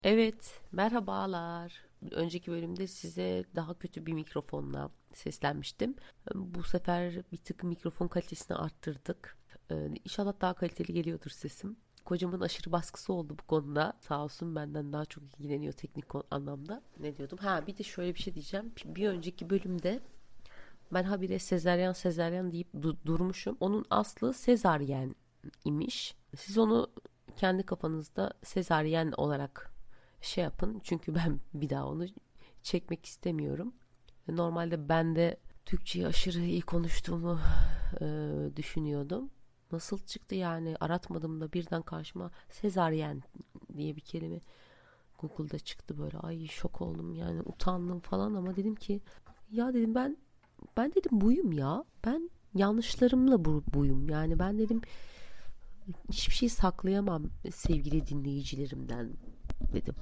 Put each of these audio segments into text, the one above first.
Evet, merhabalar. Önceki bölümde size daha kötü bir mikrofonla seslenmiştim. Bu sefer bir tık mikrofon kalitesini arttırdık. İnşallah daha kaliteli geliyordur sesim. Kocamın aşırı baskısı oldu bu konuda. Sağ olsun benden daha çok ilgileniyor teknik anlamda. Ne diyordum? Ha bir de şöyle bir şey diyeceğim. Bir önceki bölümde ben habire sezaryen deyip durmuşum. Onun aslı sezaryen imiş. Siz onu kendi kafanızda sezaryen olarak şey yapın. Çünkü ben bir daha onu çekmek istemiyorum. Normalde ben de Türkçeyi aşırı iyi konuştuğumu düşünüyordum. Nasıl çıktı yani aratmadım da birden karşıma sezaryen diye bir kelime Google'da çıktı böyle. Ay şok oldum yani utandım falan ama dedim ki ya dedim ben dedim buyum ya. Ben yanlışlarımla buyum. Yani ben dedim hiçbir şey saklayamam sevgili dinleyicilerimden dedim.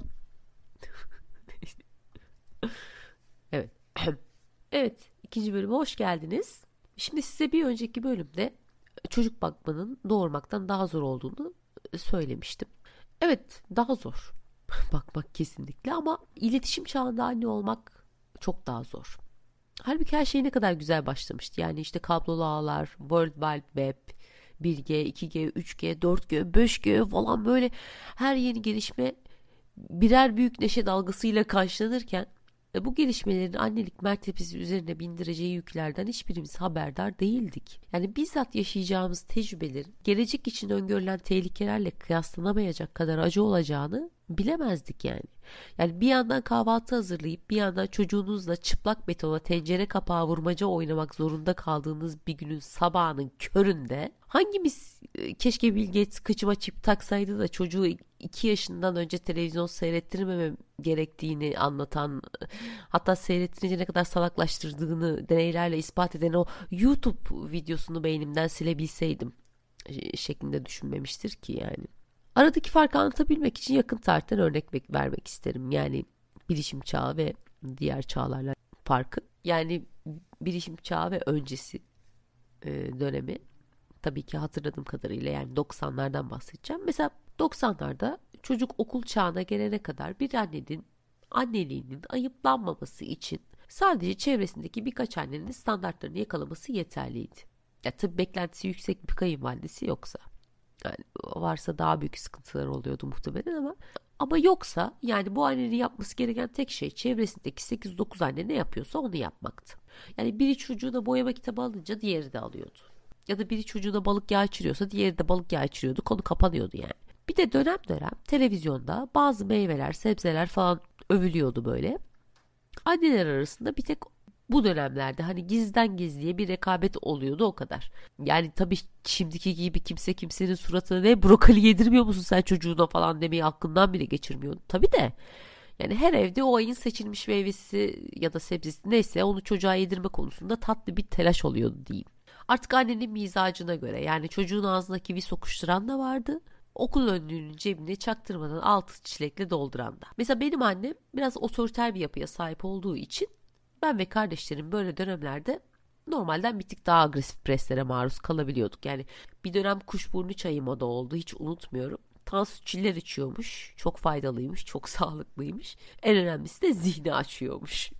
Evet. Evet, ikinci bölüme hoş geldiniz. Şimdi size bir önceki bölümde çocuk bakmanın doğurmaktan daha zor olduğunu söylemiştim. Evet, daha zor. Bakmak kesinlikle ama iletişim çağında anne olmak çok daha zor. Halbuki her şey ne kadar güzel başlamıştı. Yani işte kablolu ağlar, World Wide Web, 1G, 2G, 3G, 4G, 5G falan böyle her yeni gelişme birer büyük neşe dalgasıyla karşılanırken bu gelişmelerin annelik mertebesi üzerine bindireceği yüklerden hiçbirimiz haberdar değildik. Yani bizzat yaşayacağımız tecrübelerin gelecek için öngörülen tehlikelerle kıyaslanamayacak kadar acı olacağını bilemezdik yani. Yani bir yandan kahvaltı hazırlayıp bir yandan çocuğunuzla çıplak betona tencere kapağı vurmaca oynamak zorunda kaldığınız bir günün sabahının köründe hangimiz keşke Bill Gates kıçıma çip taksaydı da çocuğu 2 yaşından önce televizyon seyrettirmemem gerektiğini anlatan, hatta seyrettirince ne kadar salaklaştırdığını deneylerle ispat eden o YouTube videosunu beynimden silebilseydim şeklinde düşünmemiştir ki yani. Aradaki farkı anlatabilmek için yakın tarihten örnek vermek isterim. Yani bilişim çağı ve diğer çağlarla farkı. Yani bilişim çağı ve öncesi dönemi tabii ki hatırladığım kadarıyla yani 90'lardan bahsedeceğim. Mesela 90'larda çocuk okul çağına gelene kadar bir annenin anneliğinin ayıplanmaması için sadece çevresindeki birkaç annenin standartlarını yakalaması yeterliydi. Ya tabii beklentisi yüksek bir kayınvalidesi yoksa. Yani varsa daha büyük sıkıntılar oluyordu muhtemelen ama yoksa yani bu annenin yapması gereken tek şey çevresindeki 8-9 anne ne yapıyorsa onu yapmaktı. Yani biri çocuğuna boyama kitabı alınca diğeri de alıyordu. Ya da biri çocuğuna balık yağı içiriyorsa diğeri de balık yağı içiriyordu. Konu kapanıyordu yani. Bir de dönem dönem televizyonda bazı meyveler, sebzeler falan övülüyordu böyle. Anneler arasında bir tek bu dönemlerde hani gizden gizliye bir rekabet oluyordu o kadar. Yani tabii şimdiki gibi kimse kimsenin suratına ne brokoli yedirmiyor musun sen çocuğuna falan demeyi aklından bile geçirmiyordu. Tabii de yani her evde o ayın seçilmiş meyvesi ya da sebzesi neyse onu çocuğa yedirme konusunda tatlı bir telaş oluyordu diyeyim. Artık annenin mizacına göre yani çocuğun ağzına kivi sokuşturan da vardı. Okul önlüğünün cebine çaktırmadan altı çilekle dolduran da. Mesela benim annem biraz otoriter bir yapıya sahip olduğu için ben ve kardeşlerim böyle dönemlerde normalden bir tık daha agresif preslere maruz kalabiliyorduk. Yani bir dönem kuşburnu çayı moda oldu hiç unutmuyorum. Tansu çiller içiyormuş. Çok faydalıymış, çok sağlıklıymış. En önemlisi de zihni açıyormuş.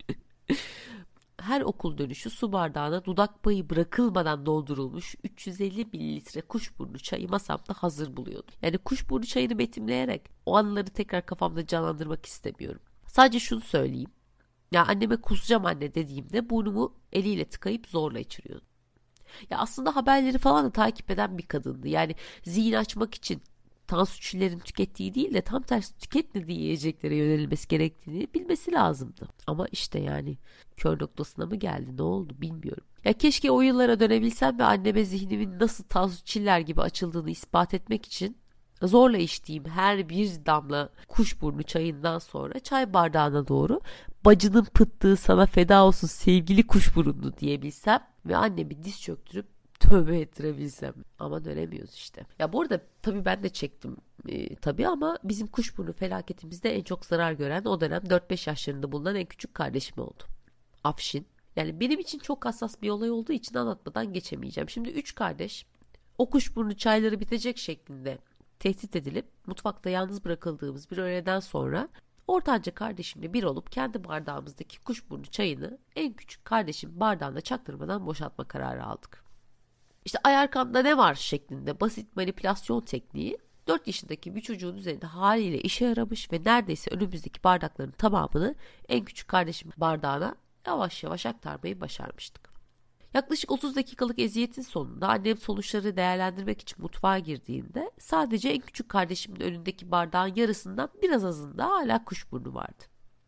Her okul dönüşü su bardağına dudak payı bırakılmadan doldurulmuş 350 mililitre kuşburnu çayı masamda hazır buluyordum. Yani kuşburnu çayını betimleyerek o anıları tekrar kafamda canlandırmak istemiyorum. Sadece şunu söyleyeyim. Ya anneme kusacağım anne dediğimde burnumu eliyle tıkayıp zorla içiriyordu. Ya aslında haberleri falan da takip eden bir kadındı. Yani zihin açmak için Tansu Çiller'in tükettiği değil de tam tersi tüketmediği yiyeceklere yönelilmesi gerektiğini bilmesi lazımdı. Ama işte yani kör noktasına mı geldi ne oldu bilmiyorum. Ya keşke o yıllara dönebilsem ve anneme zihnimin nasıl Tansu Çiller gibi açıldığını ispat etmek için zorla içtiğim her bir damla kuşburnu çayından sonra çay bardağına doğru bacının pıttığı sana feda olsun sevgili kuşburunlu diyebilsem ve annemi diz çöktürüp tövbe ettirebilsem. Ama dönemiyoruz işte. Ya bu arada tabii ben de çektim tabii ama bizim kuşburnu felaketimizde en çok zarar gören o dönem 4-5 yaşlarında bulunan en küçük kardeşim oldu. Afşin. Yani benim için çok hassas bir olay olduğu için anlatmadan geçemeyeceğim. Şimdi 3 kardeş o kuşburnu çayları bitecek şeklinde tehdit edilip mutfakta yalnız bırakıldığımız bir öğleden sonra ortanca kardeşimle bir olup kendi bardağımızdaki kuşburnu çayını en küçük kardeşim bardağına çaktırmadan boşaltma kararı aldık. İşte Ayarkan'da ne var şeklinde basit manipülasyon tekniği 4 yaşındaki bir çocuğun üzerinde haliyle işe yaramış ve neredeyse önümüzdeki bardakların tamamını en küçük kardeşim bardağına yavaş yavaş aktarmayı başarmıştık. Yaklaşık 30 dakikalık eziyetin sonunda annem sonuçları değerlendirmek için mutfağa girdiğinde sadece en küçük kardeşimin önündeki bardağın yarısından biraz azında hala kuşburnu vardı.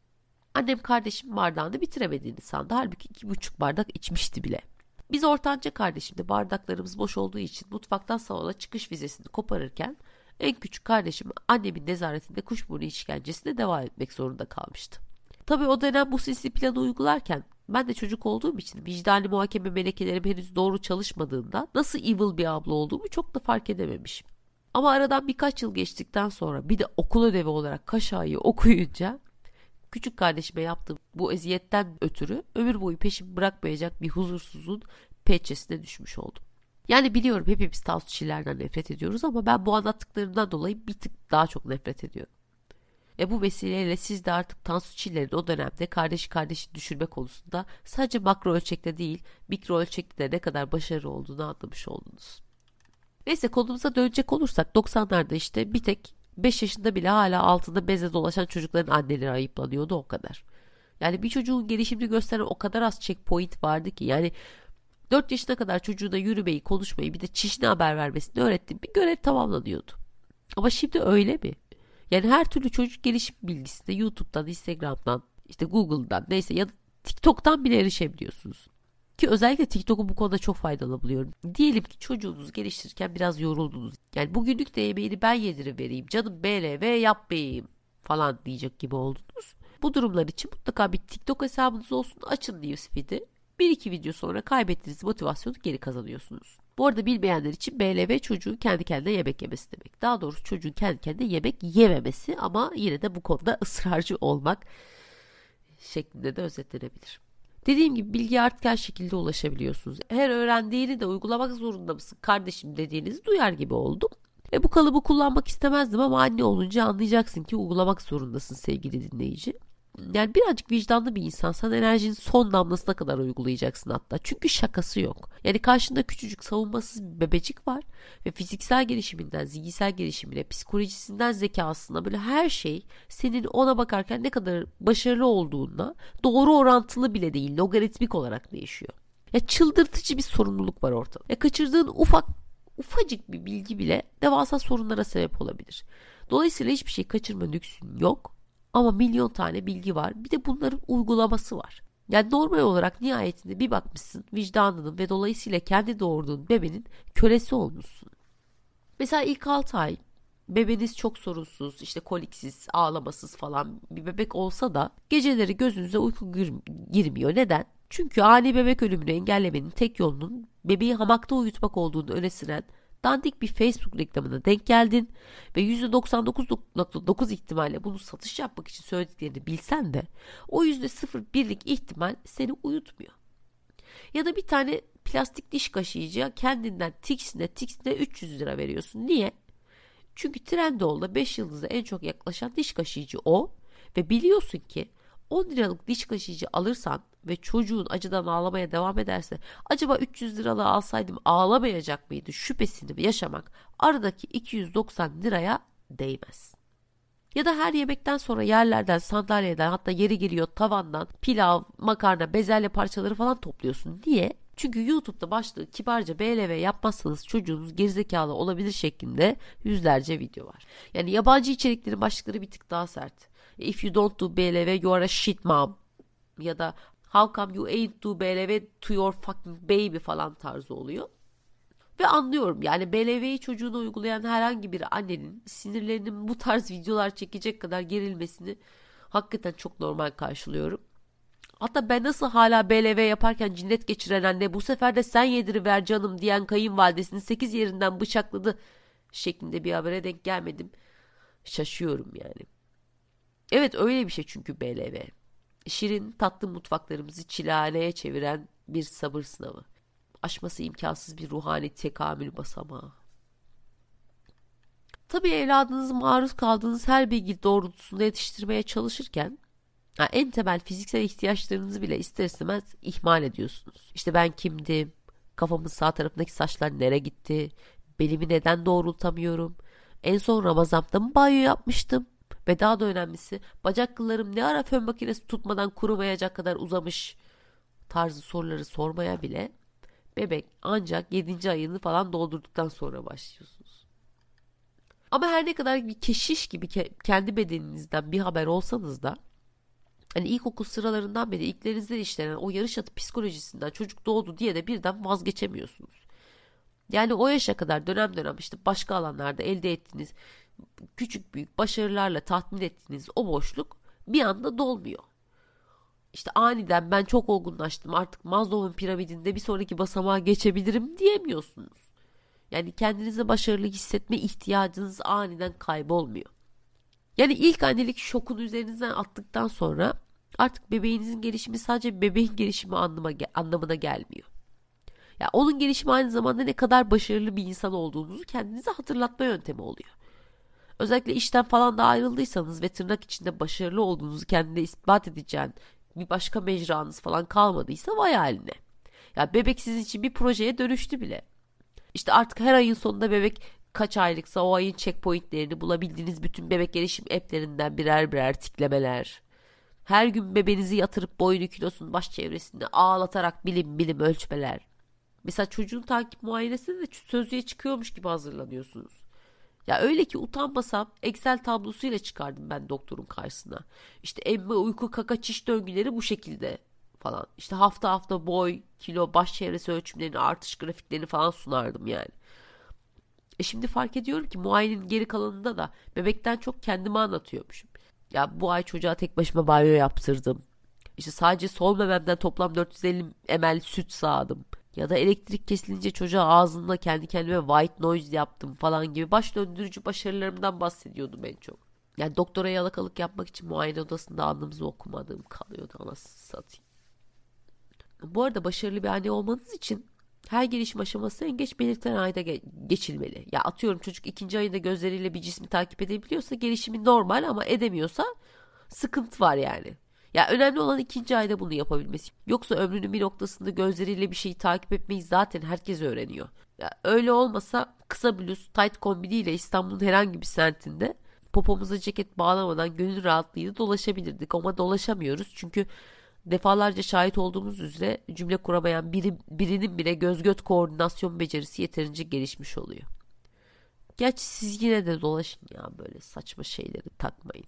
Annem kardeşimin bardağını bitiremediğini sandı. Halbuki 2,5 bardak içmişti bile. Biz ortanca kardeşimle bardaklarımız boş olduğu için mutfaktan salona çıkış vizesini koparırken en küçük kardeşim annemin nezaretinde kuşburnu işkencesine devam etmek zorunda kalmıştı. Tabii o dönem bu sinsi planı uygularken ben de çocuk olduğum için vicdani muhakeme melekelerim henüz doğru çalışmadığında nasıl evil bir abla olduğumu çok da fark edememişim. Ama aradan birkaç yıl geçtikten sonra bir de okul ödevi olarak Kaşağı'yı okuyunca küçük kardeşime yaptığım bu eziyetten ötürü ömür boyu peşimi bırakmayacak bir huzursuzluğun pençesine düşmüş oldum. Yani biliyorum hepimiz tavsiyelerden nefret ediyoruz ama ben bu anlattıklarımdan dolayı bir tık daha çok nefret ediyorum. Bu vesileyle siz de artık Tansu Çiller'in o dönemde kardeşi düşürme konusunda sadece makro ölçekte değil mikro ölçekte de ne kadar başarılı olduğunu anlamış oldunuz. Neyse konumuza dönecek olursak 90'larda işte bir tek 5 yaşında bile hala altında bezle dolaşan çocukların anneleri ayıplanıyordu o kadar. Yani bir çocuğun gelişimini gösteren o kadar az checkpoint vardı ki yani 4 yaşına kadar çocuğuna yürümeyi, konuşmayı bir de çişine haber vermesini öğrettiğim bir görev tamamlanıyordu. Ama şimdi öyle mi? Yani her türlü çocuk gelişim bilgisine YouTube'dan, Instagram'dan, işte Google'dan neyse ya da TikTok'tan bile erişebiliyorsunuz. Ki özellikle TikTok'u bu konuda çok faydalı buluyorum. Diyelim ki çocuğunuzu geliştirirken biraz yoruldunuz. Yani bugünlük de yemeğini ben yedirivereyim, canım BLV yapmayayım falan diyecek gibi oldunuz. Bu durumlar için mutlaka bir TikTok hesabınız olsun, açın newsfeed'i. Bir iki video sonra kaybettiğiniz motivasyonu geri kazanıyorsunuz. Bu arada bilmeyenler için BLV çocuğun kendi kendine yemek yemesi demek. Daha doğrusu çocuğun kendi kendine yemek yememesi ama yine de bu konuda ısrarcı olmak şeklinde de özetlenebilir. Dediğim gibi bilgiye artık her şekilde ulaşabiliyorsunuz. Her öğrendiğini de uygulamak zorunda mısın kardeşim dediğinizi duyar gibi oldum. Bu kalıbı kullanmak istemezdim ama anne olunca anlayacaksın ki uygulamak zorundasın sevgili dinleyici. Yani birazcık vicdanlı bir insansan enerjinin son damlasına kadar uygulayacaksın hatta. Çünkü şakası yok. Yani karşında küçücük savunmasız bir bebecik var ve fiziksel gelişiminden, zihinsel gelişimine, psikolojisinden zekasına böyle her şey senin ona bakarken ne kadar başarılı olduğuna doğru orantılı bile değil, logaritmik olarak değişiyor. Ya çıldırtıcı bir sorumluluk var ortada. Kaçırdığın ufacık bir bilgi bile devasa sorunlara sebep olabilir. Dolayısıyla hiçbir şey kaçırma lüksün yok. Ama milyon tane bilgi var. Bir de bunların uygulaması var. Yani normal olarak nihayetinde bir bakmışsın vicdanının ve dolayısıyla kendi doğurduğun bebenin kölesi olmuşsun. Mesela ilk 6 ay bebeniz çok sorunsuz, işte koliksiz, ağlamasız falan bir bebek olsa da geceleri gözünüze uyku girmiyor. Neden? Çünkü ani bebek ölümünü engellemenin tek yolunun bebeği hamakta uyutmak olduğunu öne süren dandik bir Facebook reklamına denk geldin ve %99,9 ihtimalle bunu satış yapmak için söylediklerini bilsen de o %0,1'lik ihtimal seni uyutmuyor. Ya da bir tane plastik diş kaşıyıcıya kendinden tiksine 300 lira veriyorsun. Niye? Çünkü Trendyol'da 5 yıldıza en çok yaklaşan diş kaşıyıcı o ve biliyorsun ki 10 liralık diş kaşıyıcı alırsan ve çocuğun acıdan ağlamaya devam ederse acaba 300 liralığı alsaydım ağlamayacak mıydı şüphesini yaşamak aradaki 290 liraya değmez. Ya da her yemekten sonra yerlerden, sandalyeden hatta yeri geliyor tavandan pilav, makarna, bezelye parçaları falan topluyorsun. Niye? Çünkü YouTube'da başlığı kibarca BLV yapmazsanız çocuğunuz gerizekalı olabilir şeklinde yüzlerce video var. Yani yabancı içeriklerin başlıkları bir tık daha sert. If you don't do BLV you are a shit mom. Ya da how come you ain't do BLV to your fucking baby falan tarzı oluyor. Ve anlıyorum yani BLV'yi çocuğuna uygulayan herhangi bir annenin sinirlerinin bu tarz videolar çekecek kadar gerilmesini hakikaten çok normal karşılıyorum. Hatta ben nasıl hala BLV yaparken cinnet geçiren anne bu sefer de sen yediriver canım diyen kayınvalidesini 8 yerinden bıçakladı şeklinde bir habere denk gelmedim. Şaşıyorum yani. Evet öyle bir şey çünkü BLV. Şirin tatlı mutfaklarımızı çilehaneye çeviren bir sabır sınavı. Aşması imkansız bir ruhani tekamül basamağı. Tabii evladınızı maruz kaldığınız her bilgi doğrultusunda yetiştirmeye çalışırken en temel fiziksel ihtiyaçlarınızı bile ister istemez ihmal ediyorsunuz. İşte ben kimdim? Kafamın sağ tarafındaki saçlar nereye gitti? Belimi neden doğrultamıyorum? En son Ramazan'da mı banyo yapmıştım? Ve daha da önemlisi, bacak kıllarım ne ara fön makinesi tutmadan kurumayacak kadar uzamış tarzı soruları sormaya bile bebek ancak 7. ayını falan doldurduktan sonra başlıyorsunuz. Ama her ne kadar bir keşiş gibi kendi bedeninizden bir haber olsanız da hani ilkokul sıralarından beri ilklerinizde işlenen o yarış atı psikolojisinden çocuk doğdu diye de birden vazgeçemiyorsunuz. Yani o yaşa kadar dönem dönem işte başka alanlarda elde ettiğiniz küçük büyük başarılarla tatmin ettiğiniz o boşluk bir anda dolmuyor. İşte aniden ben çok olgunlaştım artık Maslow'un piramidinde bir sonraki basamağa geçebilirim diyemiyorsunuz. Yani kendinizi başarılı hissetme ihtiyacınız aniden kaybolmuyor. Yani ilk annelik şokunu üzerinizden attıktan sonra artık bebeğinizin gelişimi sadece bebeğin gelişimi anlamına gelmiyor. Ya onun gelişimi aynı zamanda ne kadar başarılı bir insan olduğunuzu kendinize hatırlatma yöntemi oluyor. Özellikle işten falan da ayrıldıysanız ve tırnak içinde başarılı olduğunuzu kendine ispat edeceğin bir başka mecranız falan kalmadıysa vay haline. Ya bebek sizin için bir projeye dönüştü bile. İşte artık her ayın sonunda bebek kaç aylıksa o ayın checkpointlerini bulabildiğiniz bütün bebek gelişim app'lerinden birer birer tiklemeler. Her gün bebeğinizi yatırıp boyunu kilosunu baş çevresinde ağlatarak bilim bilim ölçmeler. Mesela çocuğun takip muayenesinde de sözlüğe çıkıyormuş gibi hazırlanıyorsunuz. Ya öyle ki utanmasam Excel tablosuyla çıkardım ben doktorun karşısına. İşte emme, uyku, kaka, çiş döngüleri bu şekilde falan. İşte hafta hafta boy, kilo, baş çevresi ölçümlerini, artış grafiklerini falan sunardım yani. Şimdi fark ediyorum ki muayenenin geri kalanında da bebekten çok kendime anlatıyormuşum. Ya bu ay çocuğa tek başıma banyo yaptırdım. İşte sadece sol mememden toplam 450 ml süt sağdım. Ya da elektrik kesilince çocuğa ağzımla kendi kendime white noise yaptım falan gibi baş döndürücü başarılarımdan bahsediyordum en çok. Yani doktora yalakalık yapmak için muayene odasında alnımızı okumadığım kalıyordu anasını satayım. Bu arada başarılı bir anne olmanız için her gelişim aşaması en geç belirtilen ayda geçilmeli. Ya atıyorum çocuk 2. ayında gözleriyle bir cismi takip edebiliyorsa gelişimi normal ama edemiyorsa sıkıntı var yani. Ya önemli olan 2. ayda bunu yapabilmesi. Yoksa ömrünün bir noktasında gözleriyle bir şeyi takip etmeyi zaten herkes öğreniyor. Ya öyle olmasa kısa bluz, tight kombiniyle İstanbul'un herhangi bir semtinde popomuza ceket bağlamadan gönül rahatlığıyla dolaşabilirdik ama dolaşamıyoruz çünkü defalarca şahit olduğumuz üzere cümle kuramayan birinin bile göz koordinasyon becerisi yeterince gelişmiş oluyor. Gerçi siz yine de dolaşın ya böyle saçma şeyleri takmayın.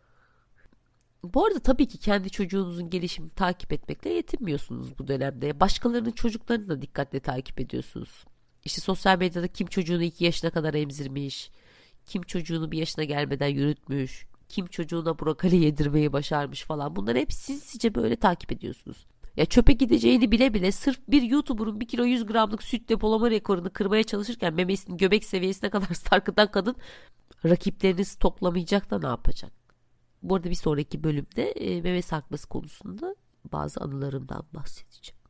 Bu arada tabii ki kendi çocuğunuzun gelişimini takip etmekle yetinmiyorsunuz bu dönemde. Başkalarının çocuklarını da dikkatle takip ediyorsunuz. İşte sosyal medyada kim çocuğunu 2 yaşına kadar emzirmiş, kim çocuğunu 1 yaşına gelmeden yürütmüş, kim çocuğuna brokoli yedirmeyi başarmış falan. Bunları hep sinsice böyle takip ediyorsunuz. Ya çöpe gideceğini bile bile sırf bir YouTuber'ın 1 kilo 100 gramlık süt depolama rekorunu kırmaya çalışırken memesinin göbek seviyesine kadar sarkıtan kadın rakiplerini stoklamayacak da ne yapacak? Bu arada bir sonraki bölümde meme sarkması konusunda bazı anılarımdan bahsedeceğim.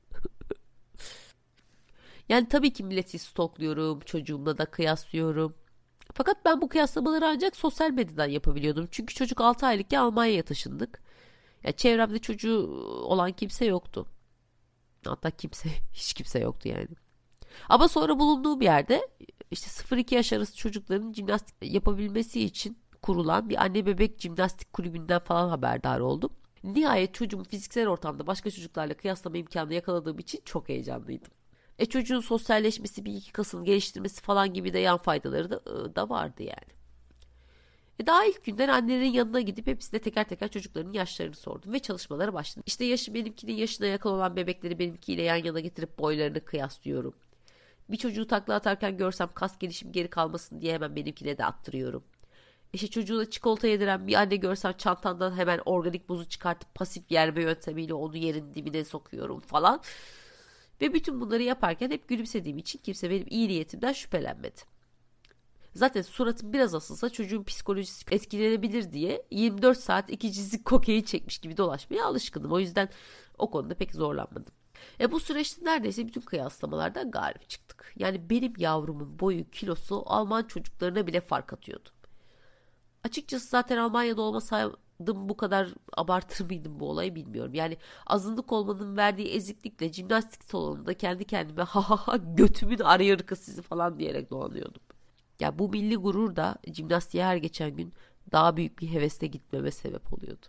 Yani tabii ki milleti stokluyorum, çocuğumla da kıyaslıyorum. Fakat ben bu kıyaslamaları ancak sosyal medyadan yapabiliyordum. Çünkü çocuk 6 aylıkken Almanya'ya taşındık. Ya çevremde çocuğu olan kimse yoktu. Hatta hiç kimse yoktu yani. Ama sonra bulunduğum yerde işte 0-2 yaş arası çocukların jimnastik yapabilmesi için kurulan bir anne bebek jimnastik kulübünden falan haberdar oldum. Nihayet çocuğumu fiziksel ortamda başka çocuklarla kıyaslama imkanı yakaladığım için çok heyecanlıydım. Çocuğun sosyalleşmesi, bir iki kasını geliştirmesi falan gibi de yan faydaları da vardı yani. Daha ilk günden annelerin yanına gidip hepsine teker teker çocukların yaşlarını sordum ve çalışmalara başladım. İşte yaşı benimkinin yaşına yakın olan bebekleri benimkiyle yan yana getirip boylarını kıyaslıyorum. Bir çocuğu takla atarken görsem kas gelişimi geri kalmasın diye hemen benimkine de attırıyorum. İşte çocuğuna çikolata yediren bir anne görsem çantandan hemen organik muzu çıkartıp pasif yerme yöntemiyle onu yerin dibine sokuyorum falan. Ve bütün bunları yaparken hep gülümsediğim için kimse benim iyi niyetimden şüphelenmedi. Zaten suratım biraz asılsa çocuğun psikolojisi etkilenebilir diye 24 saat 2 cizik kokain çekmiş gibi dolaşmaya alışkınım. O yüzden o konuda pek zorlanmadım. Bu süreçte neredeyse bütün kıyaslamalardan galip çıktık. Yani benim yavrumun boyu, kilosu Alman çocuklarına bile fark atıyordu. Açıkçası zaten Almanya'da olmasaydım bu kadar abartır mıydım bu olayı bilmiyorum. Yani azınlık olmanın verdiği eziklikle jimnastik salonunda kendi kendime ha ha ha götümün arayırkı sizi falan diyerek dolanıyordum. Ya bu milli gurur da jimnastiğe her geçen gün daha büyük bir hevesle gitmeme sebep oluyordu.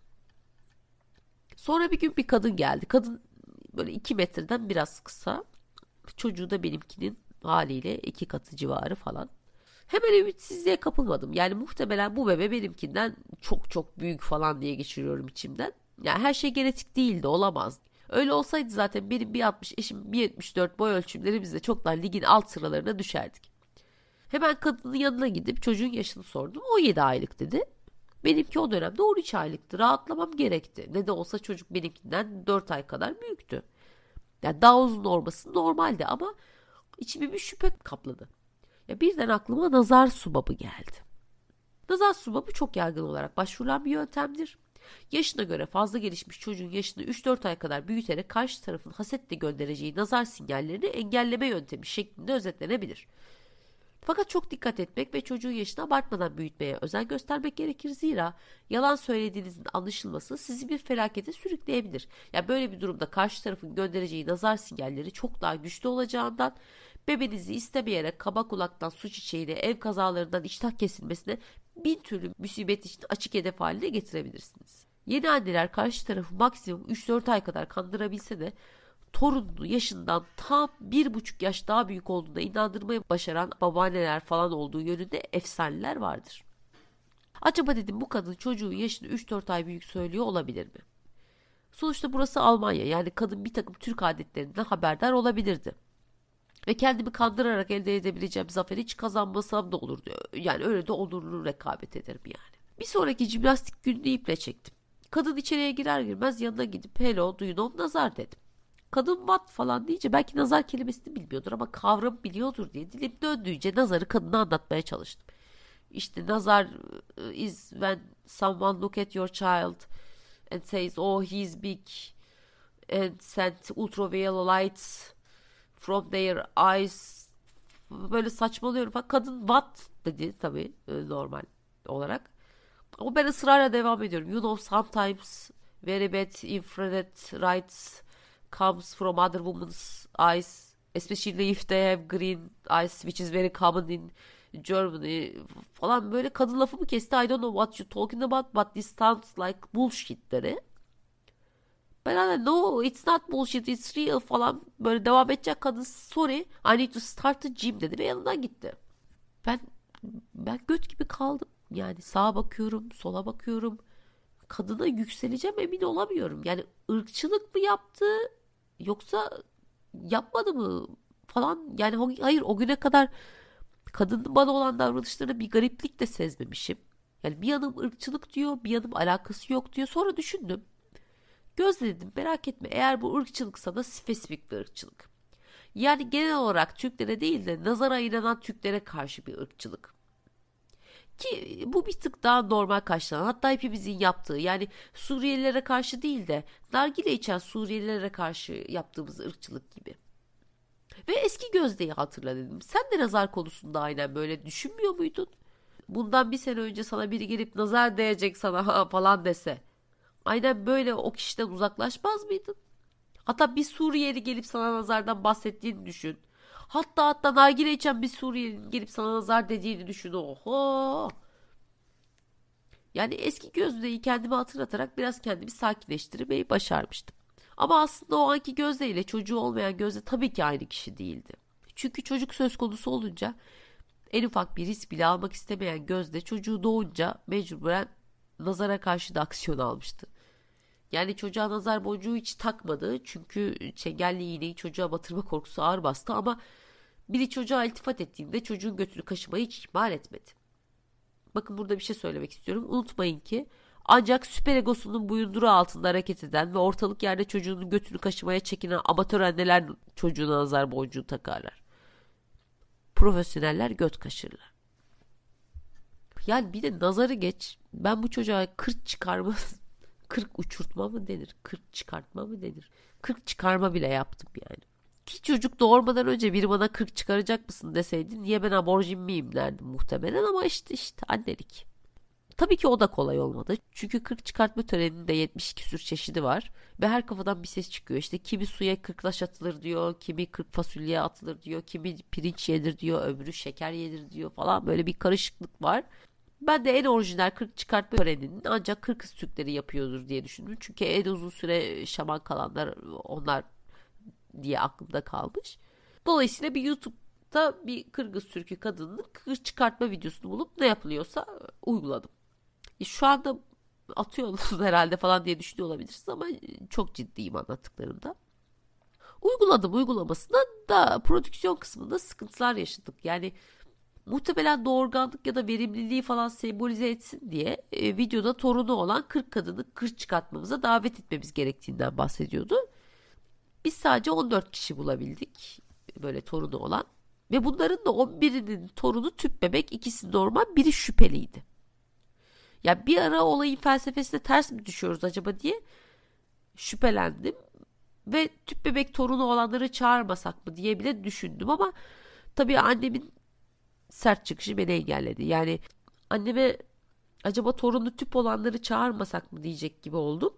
Sonra bir gün bir kadın geldi. Kadın böyle 2 metreden biraz kısa. Çocuğu da benimkinin haliyle 2 katı civarı falan. Hemen ümitsizliğe kapılmadım. Yani muhtemelen bu bebe benimkinden çok çok büyük falan diye geçiriyorum içimden. Yani her şey genetik değildi, olamaz. Öyle olsaydı zaten benim 1.60 eşim 1.74 boy ölçümlerimizle çoktan ligin alt sıralarına düşerdik. Hemen kadının yanına gidip çocuğun yaşını sordum. 17 aylık dedi. Benimki o dönemde 13 aylıktı. Rahatlamam gerekti. Ne de olsa çocuk benimkinden 4 ay kadar büyüktü. Yani daha uzun olması normaldi ama içimi bir şüphe kapladı. Ya birden aklıma nazar subabı geldi. Nazar subabı çok yaygın olarak başvurulan bir yöntemdir. Yaşına göre fazla gelişmiş çocuğun yaşını 3-4 ay kadar büyüterek karşı tarafın hasetle göndereceği nazar sinyallerini engelleme yöntemi şeklinde özetlenebilir. Fakat çok dikkat etmek ve çocuğun yaşını abartmadan büyütmeye özen göstermek gerekir. Zira yalan söylediğinizin anlaşılması sizi bir felakete sürükleyebilir. Yani böyle bir durumda karşı tarafın göndereceği nazar sinyalleri çok daha güçlü olacağından bebeğinizi istemeyerek kaba kulaktan su çiçeğine, ev kazalarından iştah kesilmesine bin türlü musibet için açık hedef haline getirebilirsiniz. Yeni anneler karşı tarafı maksimum 3-4 ay kadar kandırabilse de torununu yaşından tam 1,5 yaş daha büyük olduğuna inandırmaya başaran babaanneler falan olduğu yönünde efsaneler vardır. Acaba dedim bu kadın çocuğun yaşını 3-4 ay büyük söylüyor olabilir mi? Sonuçta burası Almanya, yani kadın bir takım Türk adetlerinden haberdar olabilirdi. Ve kendimi kandırarak elde edebileceğim zaferi hiç kazanmasam da olurdu. Yani öyle de onurlu rekabet ederim yani. Bir sonraki jimnastik gününü iple çektim. Kadın içeriye girer girmez yanına gidip hello do you know nazar dedim. Kadın what falan deyince belki nazar kelimesini bilmiyordur ama kavramı biliyordur diye dilim döndüğünce nazarı kadına anlatmaya çalıştım. İşte nazar is when someone look at your child and says oh he's big and send ultraviolet from their eyes, böyle saçmalıyorum falan. Kadın what dedi tabii normal olarak. Ama ben ısrarla devam ediyorum. You know sometimes very bad infrared lights comes from other women's eyes, especially if they have green eyes, which is very common in Germany falan, böyle kadın lafımı kesti. I don't know what you talking about but this sounds like bullshit dedi. Ben hani no it's not bullshit it's real falan böyle devam edecek, kadın sorry I need to start a gym dedi ve yanından gitti. Ben ben göt gibi kaldım. Yani sağa bakıyorum, sola bakıyorum. Kadına yükseleceğim emin olamıyorum. Yani ırkçılık mı yaptı yoksa yapmadı mı falan. Yani hayır, o güne kadar kadının bana olan davranışlarına bir gariplik de sezmemişim. Yani bir yanım ırkçılık diyor, bir yanım alakası yok diyor. Sonra düşündüm. Gözledim, merak etme, eğer bu ırkçılıksa da spesifik bir ırkçılık. Yani genel olarak Türklere değil de nazara inanan Türklere karşı bir ırkçılık. Ki bu bir tık daha normal karşılanan, hatta hepimizin yaptığı, yani Suriyelilere karşı değil de nargile içen Suriyelilere karşı yaptığımız ırkçılık gibi. Ve eski Gözde'yi hatırla dedim. Sen de nazar konusunda aynen böyle düşünmüyor muydun? Bundan bir sene önce sana biri gelip nazar değecek sana ha falan dese, aynen böyle o kişiden uzaklaşmaz mıydın? Hatta bir Suriyeli gelip sana nazardan bahsettiğini düşün. Hatta nargile içen bir Suriyelinin gelip sana nazar dediğini düşün. Oho! Yani eski Gözde'yi kendime hatırlatarak biraz kendimi sakinleştirmeyi başarmıştım. Ama aslında o anki Gözde ile çocuğu olmayan Gözde tabii ki aynı kişi değildi. Çünkü çocuk söz konusu olunca en ufak bir risk bile almak istemeyen Gözde çocuğu doğunca mecburen nazara karşı da aksiyon almıştı. Yani çocuğa nazar boncuğu hiç takmadı. Çünkü çengelli iğneyi çocuğa batırma korkusu ağır bastı ama biri çocuğa iltifat ettiğinde çocuğun götünü kaşımayı hiç ihmal etmedi. Bakın burada bir şey söylemek istiyorum. Unutmayın ki ancak süper egosunun boyunduruğu altında hareket eden ve ortalık yerde çocuğunun götünü kaşımaya çekinen amatör anneler çocuğuna nazar boncuğu takarlar. Profesyoneller göt kaşırlar. Yani bir de nazarı geç. Ben bu çocuğa kırt çıkarma 40 uçurtma mı denir? 40 çıkartma mı denir? 40 çıkarma bile yaptım yani. Ki çocuk doğurmadan önce biri bana 40 çıkaracak mısın deseydi niye ben aborjin miyim derdim muhtemelen, ama işte annelik. Tabii ki o da kolay olmadı. Çünkü 40 çıkartma töreninde 70 küsür çeşidi var. Ve her kafadan bir ses çıkıyor. İşte kimi suya 40 taş atılır diyor. Kimi 40 fasulye atılır diyor. Kimi pirinç yedir diyor. Öbürü şeker yedir diyor falan. Böyle bir karışıklık var. Ben de en orijinal 40 çıkartma töreninin ancak Kırgız Türkleri yapıyordur diye düşündüm. Çünkü en uzun süre şaman kalanlar onlar diye aklımda kalmış. Dolayısıyla bir YouTube'da bir Kırgız Türkü kadının 40 çıkartma videosunu bulup ne yapılıyorsa uyguladım. Şu anda atıyorsunuz herhalde falan diye düşünüyor olabilirsiniz ama çok ciddiyim anlattıklarımda. Uyguladım, uygulamasında da prodüksiyon kısmında sıkıntılar yaşadık. Yani muhtemelen doğurganlık ya da verimliliği falan sembolize etsin diye videoda torunu olan 40 kadını 40 çıkartmamıza davet etmemiz gerektiğinden bahsediyordu. Biz sadece 14 kişi bulabildik böyle torunu olan. Ve bunların da 11'inin torunu tüp bebek, ikisi normal, biri şüpheliydi. Ya bir ara olayın felsefesine ters mi düşüyoruz acaba diye şüphelendim. Ve tüp bebek torunu olanları çağırmasak mı diye bile düşündüm, ama tabii annemin sert çıkışı beni engelledi. Yani anneme acaba torunu tüp olanları çağırmasak mı diyecek gibi oldum.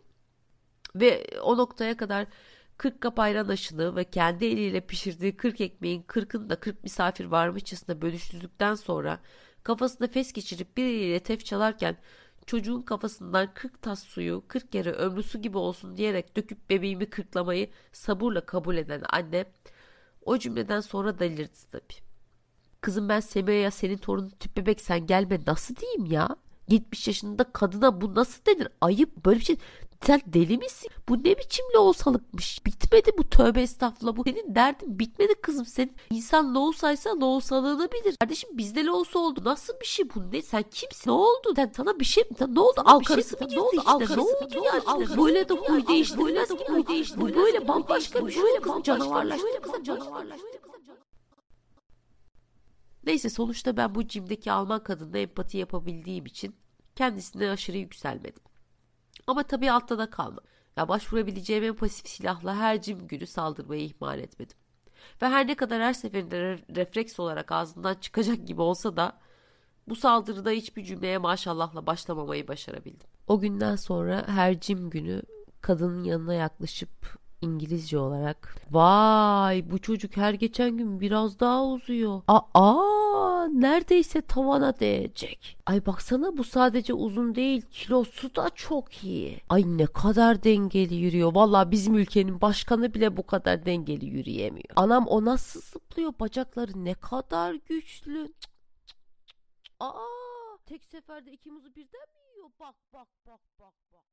Ve o noktaya kadar 40 kap ayran aşını ve kendi eliyle pişirdiği 40 ekmeğin 40'ını da 40 misafir varmışçasına bölüştürdükten sonra kafasına fes geçirip bir eliyle tef çalarken çocuğun kafasından 40 tas suyu 40 kere ömrü su gibi olsun diyerek döküp bebeğimi kırklamayı sabırla kabul eden anne o cümleden sonra delirdi tabii. Kızım ben Semiha'ya senin torunun tüp bebek sen gelme nasıl diyeyim ya? 70 yaşında kadına bu nasıl denir? Ayıp, böyle bir şey. Sen deli misin? Bu ne biçim loğusalıkmış? Bitmedi bu, tövbe estağfurullah. Bu senin derdin bitmedi kızım. Sen insan loğusaysa loğusalığını bilir. Kardeşim bizde loğusa oldu. Nasıl bir şey bu? Ne? Sen kimsin? Ne oldu? Sen sana bir şey ne oldu? Al karısı mı girdi işte? Ne oldu yani? Böyle de huy değiştirmez ki huy değişti. Bu böyle bambaşka bir şey. Böyle canavarlaştı. Canavarlaştı. Neyse sonuçta ben bu cimdeki Alman kadınla empati yapabildiğim için kendisine aşırı yükselmedim. Ama tabii altta da kalmadım. Ya başvurabileceğim en pasif silahla her cim günü saldırmayı ihmal etmedim. Ve her ne kadar her seferinde refleks olarak ağzından çıkacak gibi olsa da bu saldırıda hiçbir cümleye maşallahla başlamamayı başarabildim. O günden sonra her cim günü kadının yanına yaklaşıp İngilizce olarak vay bu çocuk her geçen gün biraz daha uzuyor. Aa neredeyse tavana değecek. Ay baksana bu sadece uzun değil kilosu da çok iyi. Ay ne kadar dengeli yürüyor. Valla bizim ülkenin başkanı bile bu kadar dengeli yürüyemiyor. Anam o nasıl zıplıyor, bacakları ne kadar güçlü. Aa tek seferde iki muzu birden mi yiyor? Bak bak bak bak bak.